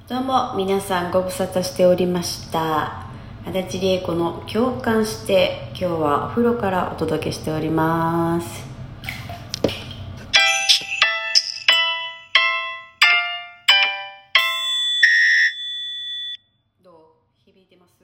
どうも皆さんご無沙汰しておりました。足立理恵子の共感して、今日はお風呂からお届けしております。どう響いてます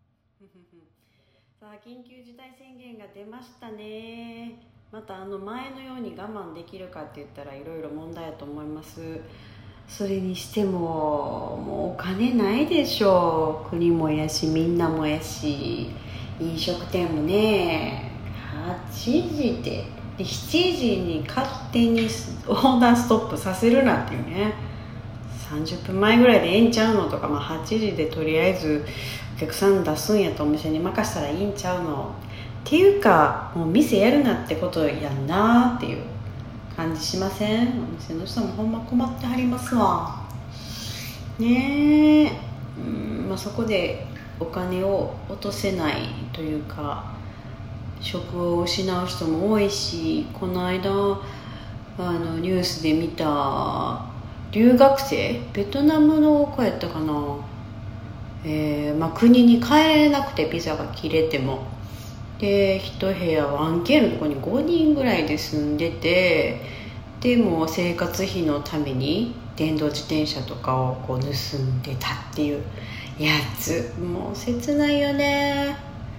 さあ、緊急事態宣言が出ましたね。また前のように我慢できるかって言ったらいろいろ問題だと思います。それにしてももうお金ないでしょう。国もやしみんなもやし、飲食店もね、8時で7時に勝手にオーダーストップさせるなっていうね。30分前ぐらいでええんちゃうのとか、8時でとりあえずお客さん出すんやとお店に任せたらいいんちゃうのっていうか、もう店やるなってことやんなっていう感じしません？お店の人もほんま困ってはりますわねえ。そこでお金を落とせないというか、職を失う人も多いし、この間ニュースで見た留学生、ベトナムの子やったかな、国に帰れなくてビザが切れてもで、一部屋 1K のところに5人ぐらいで住んでて、でも生活費のために電動自転車とかをこう盗んでたっていうやつ、もう切ないよね。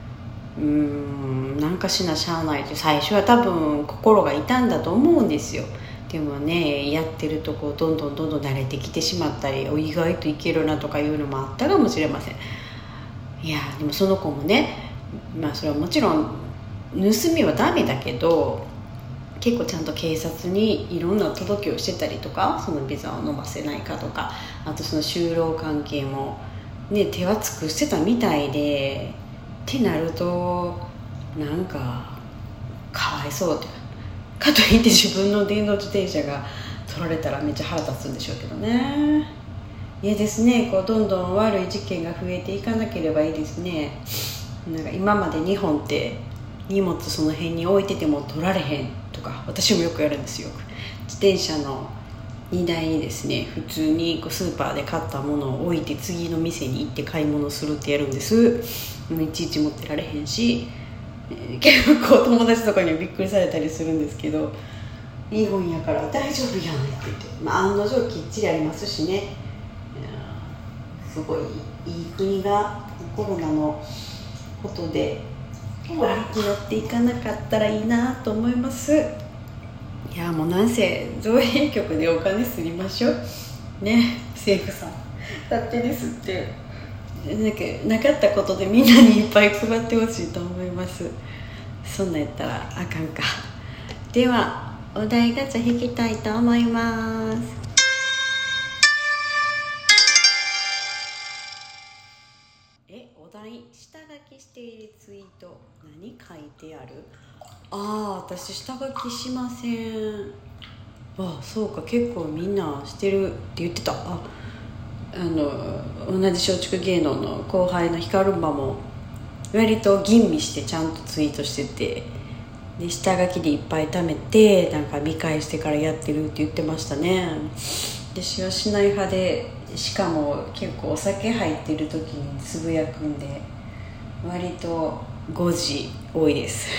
なんかしなしゃあないって、最初は多分心が痛んだと思うんですよ。でもね、やってるとこどんどん慣れてきてしまったり、意外といけるなとかいうのもあったかもしれません。いやでもその子もね、それはもちろん盗みはダメだけど、結構ちゃんと警察にいろんな届けをしてたりとか、そのビザを伸ばせないかとか、あとその就労関係もね、手は尽くしてたみたいで、ってなるとなんかかわいそうってかといって自分の電動自転車が取られたらめっちゃ腹立つんでしょうけどね。いやですね、こうどんどん悪い事件が増えていかなければいいですね。なんか今まで日本って荷物その辺に置いてても取られへんとか、私もよくやるんですよ。自転車の荷台にですね、普通にこうスーパーで買ったものを置いて次の店に行って買い物するってやるんです。いちいち持ってられへんし、結構友達とかにはびっくりされたりするんですけど、日本やから大丈夫やんって言って、案の定きっちりありますしね。すごいいい国がコロナのことで悪くなっていかなかったらいいなと思います。いやもうなんせ造幣局でお金すりましょうね。政府さん勝手に吸ってなかったことでみんなにいっぱい配ってほしいと思います。そんなんやったらあかんか。ではお題ガチャ引きたいと思います。お題、下書きしているツイート、何書いてある？私下書きしません。そうか、結構みんなしてるって言ってた。同じ松竹芸能の後輩のヒカルンバも割と吟味してちゃんとツイートしてて、で下書きでいっぱい貯めてなんか見返してからやってるって言ってましたね。私はしない派で、しかも結構お酒入ってる時につぶやくんで割と誤字多いです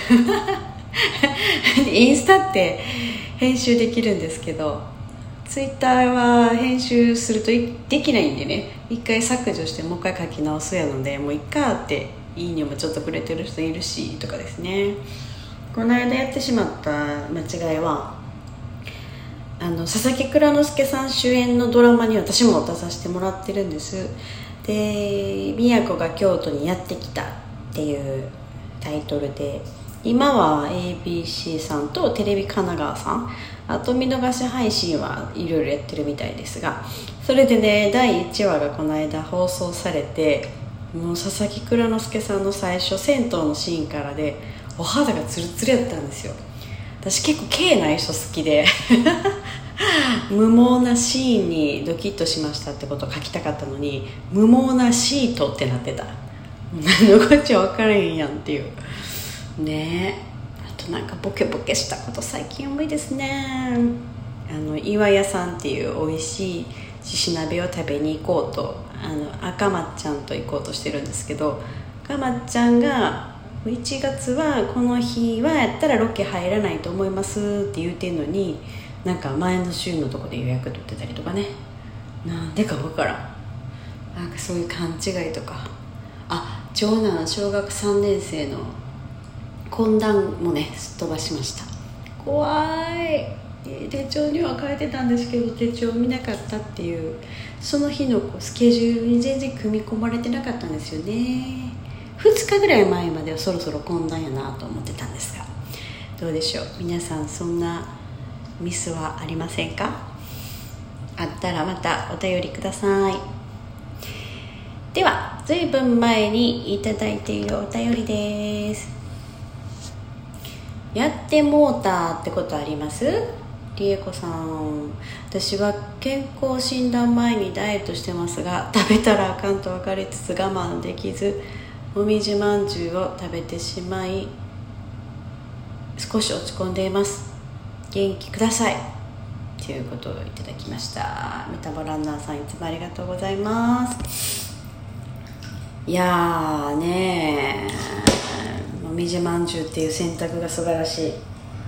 インスタって編集できるんですけど、ツイッターは編集するとできないんでね、一回削除してもう一回書き直すやので、もういっかっていいねもちょっとくれてる人いるしとかですね。この間やってしまった間違いは、佐々木蔵之介さん主演のドラマに私も出させてもらってるんです。で、宮子が京都にやってきたっていうタイトルで、今は ABC さんとテレビ神奈川さん、あと見逃し配信はいろいろやってるみたいですが、それでね、第1話がこの間放送されて、もう佐々木蔵之介さんの最初銭湯のシーンからでお肌がツルツルやったんですよ。私結構毛ない人好きで無毛なシーンにドキッとしましたってことを書きたかったのに、無毛なシートってなってた。何のこっちゃ分からへんやんっていうね。あとなんかボケボケしたこと最近多いですね。岩屋さんっていう美味しいしし鍋を食べに行こうと赤まっちゃんと行こうとしてるんですけど、赤まっちゃんが1月はこの日はやったらロケ入らないと思いますって言うてんのに、なんか前の週のとこで予約取ってたりとかね、なんでか分からん、なんかそういう勘違いとか、長男小学3年生の懇談もねすっ飛ばしました。怖い。手帳には書いてたんですけど手帳見なかったっていう、その日のスケジュールに全然組み込まれてなかったんですよね。2日ぐらい前まではそろそろ懇談やなと思ってたんですが、どうでしょう皆さん、そんなミスはありませんか？あったらまたお便りください。ではずいぶん前にいただいているお便りです。やってもうたってことあります？りえこさん、私は健康診断前にダイエットしてますが、食べたらあかんと分かりつつ我慢できず、もみじまんじゅうを食べてしまい少し落ち込んでいます。元気くださいということをいただきました。メタボランナーさん、いつもありがとうございます。いやーねー、もみじまんじゅうっていう選択が素晴らしい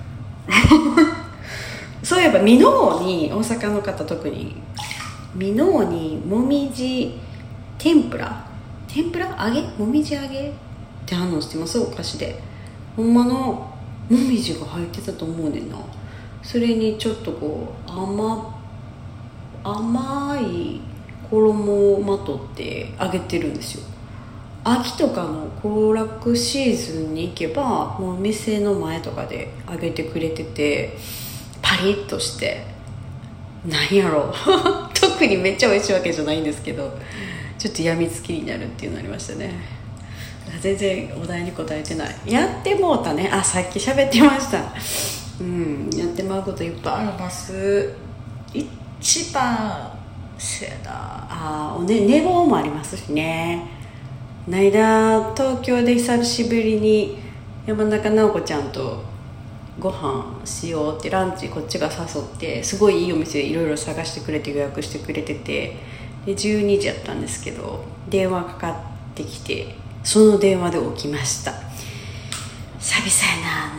そういえば箕面に、大阪の方特に箕面にもみじ天ぷら揚げ、もみじ揚げってあるの知ってます？お菓子でほんまのもみじが入ってたと思うねんな。それにちょっとこう甘い衣をまとって揚げてるんですよ。秋とかの行楽シーズンに行けばもう店の前とかで揚げてくれてて、パリッとしてなんやろう特にめっちゃ美味しいわけじゃないんですけど、ちょっとやみつきになるっていうのありましたね。全然お題に答えてない。やってもうたね。さっき喋ってました。やってまうこといっぱいあります。一番せやな、寝坊もありますしね。この間東京で久しぶりに山中直子ちゃんとご飯しようってランチこっちが誘って、すごいいいお店いろいろ探してくれて予約してくれてて、で12時やったんですけど電話かかってきて、その電話で起きました。久々や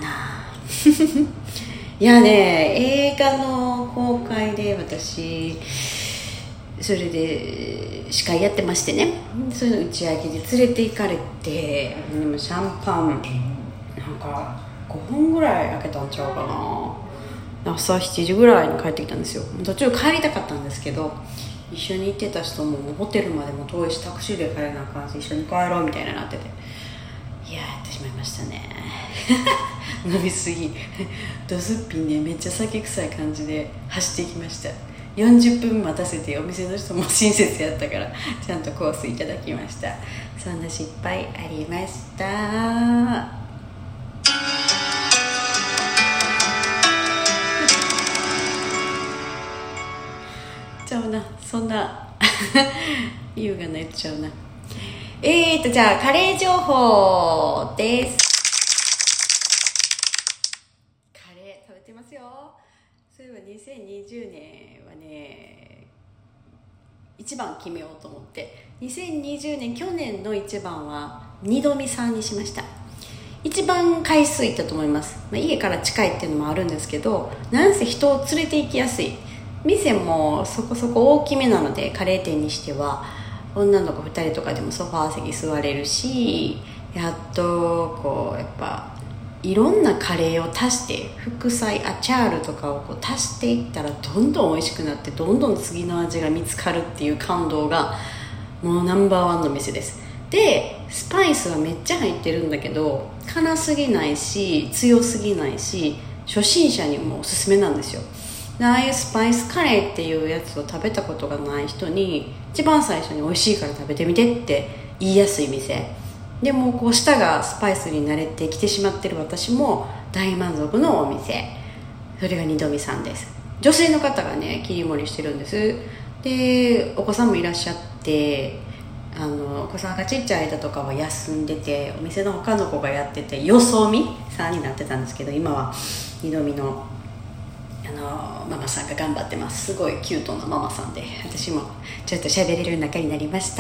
ないやね、映画の公開で私それで司会やってましてね、そういうの打ち上げで連れて行かれて、でもシャンパンなんか5本ぐらい開けたんちゃうかな。朝7時ぐらいに帰ってきたんですよ。途中帰りたかったんですけど、一緒に行ってた人もホテルまでも遠いしタクシーで帰れなあかんし、一緒に帰ろうみたいなってて、いややってしまいましたね飲みすぎドスッピンね、めっちゃ酒臭い感じで走っていきました。40分待たせて、お店の人も親切やったからちゃんとコースいただきました。そんな失敗ありました。ちゃうな、そんな優雅なやつちゃうな。じゃあカレー情報です。カレー食べてますよ。そういえば2020年はね、1番決めようと思って、2020年去年の1番は二度見さんにしました。一番回数いったと思います。家から近いっていうのもあるんですけど、なんせ人を連れて行きやすい、店もそこそこ大きめなので、カレー店にしては女の子2人とかでもソファー席座れるし、やっとこうやっぱいろんなカレーを足して、副菜アチャールとかをこう足していったらどんどん美味しくなって、どんどん次の味が見つかるっていう感動がもうナンバーワンの店です。でスパイスはめっちゃ入ってるんだけど、辛すぎないし強すぎないし、初心者にもおすすめなんですよ。ああいうスパイスカレーっていうやつを食べたことがない人に、一番最初に美味しいから食べてみてって言いやすい店で、もこう舌がスパイスに慣れてきてしまってる私も大満足のお店、それが二度見さんです。女性の方がね切り盛りしてるんです。でお子さんもいらっしゃって、お子さんがちっちゃい間とかは休んでて、お店の他の子がやっててよそ見さんになってたんですけど、今は二度見のママさんが頑張ってます。すごいキュートなママさんで、私もちょっと喋れる仲になりました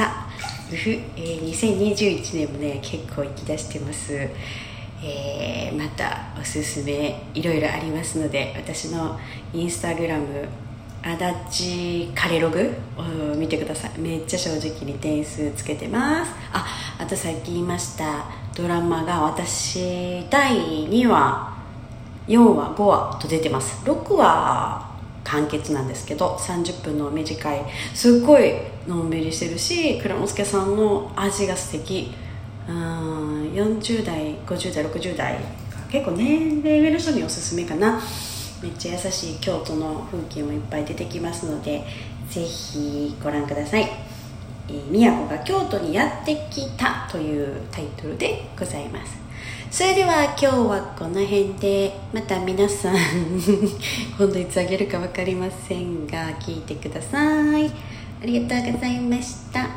。2021年もね結構行き出してます。またおすすめいろいろありますので、私のインスタグラム足立カレログを見てください。めっちゃ正直に点数つけてます。あとさっき言いましたドラマが、私第2話4話5話と出てます。6話完結なんですけど、30分の短い、すっごいのんびりしてるし、蔵之介さんの味が素敵。40代50代60代結構年齢上の人におすすめかな。めっちゃ優しい京都の風景もいっぱい出てきますので、ぜひご覧ください。宮子が京都にやってきたというタイトルでございます。それでは今日はこの辺で、また皆さん今度いつあげるか分かりませんが聞いてください。ありがとうございました。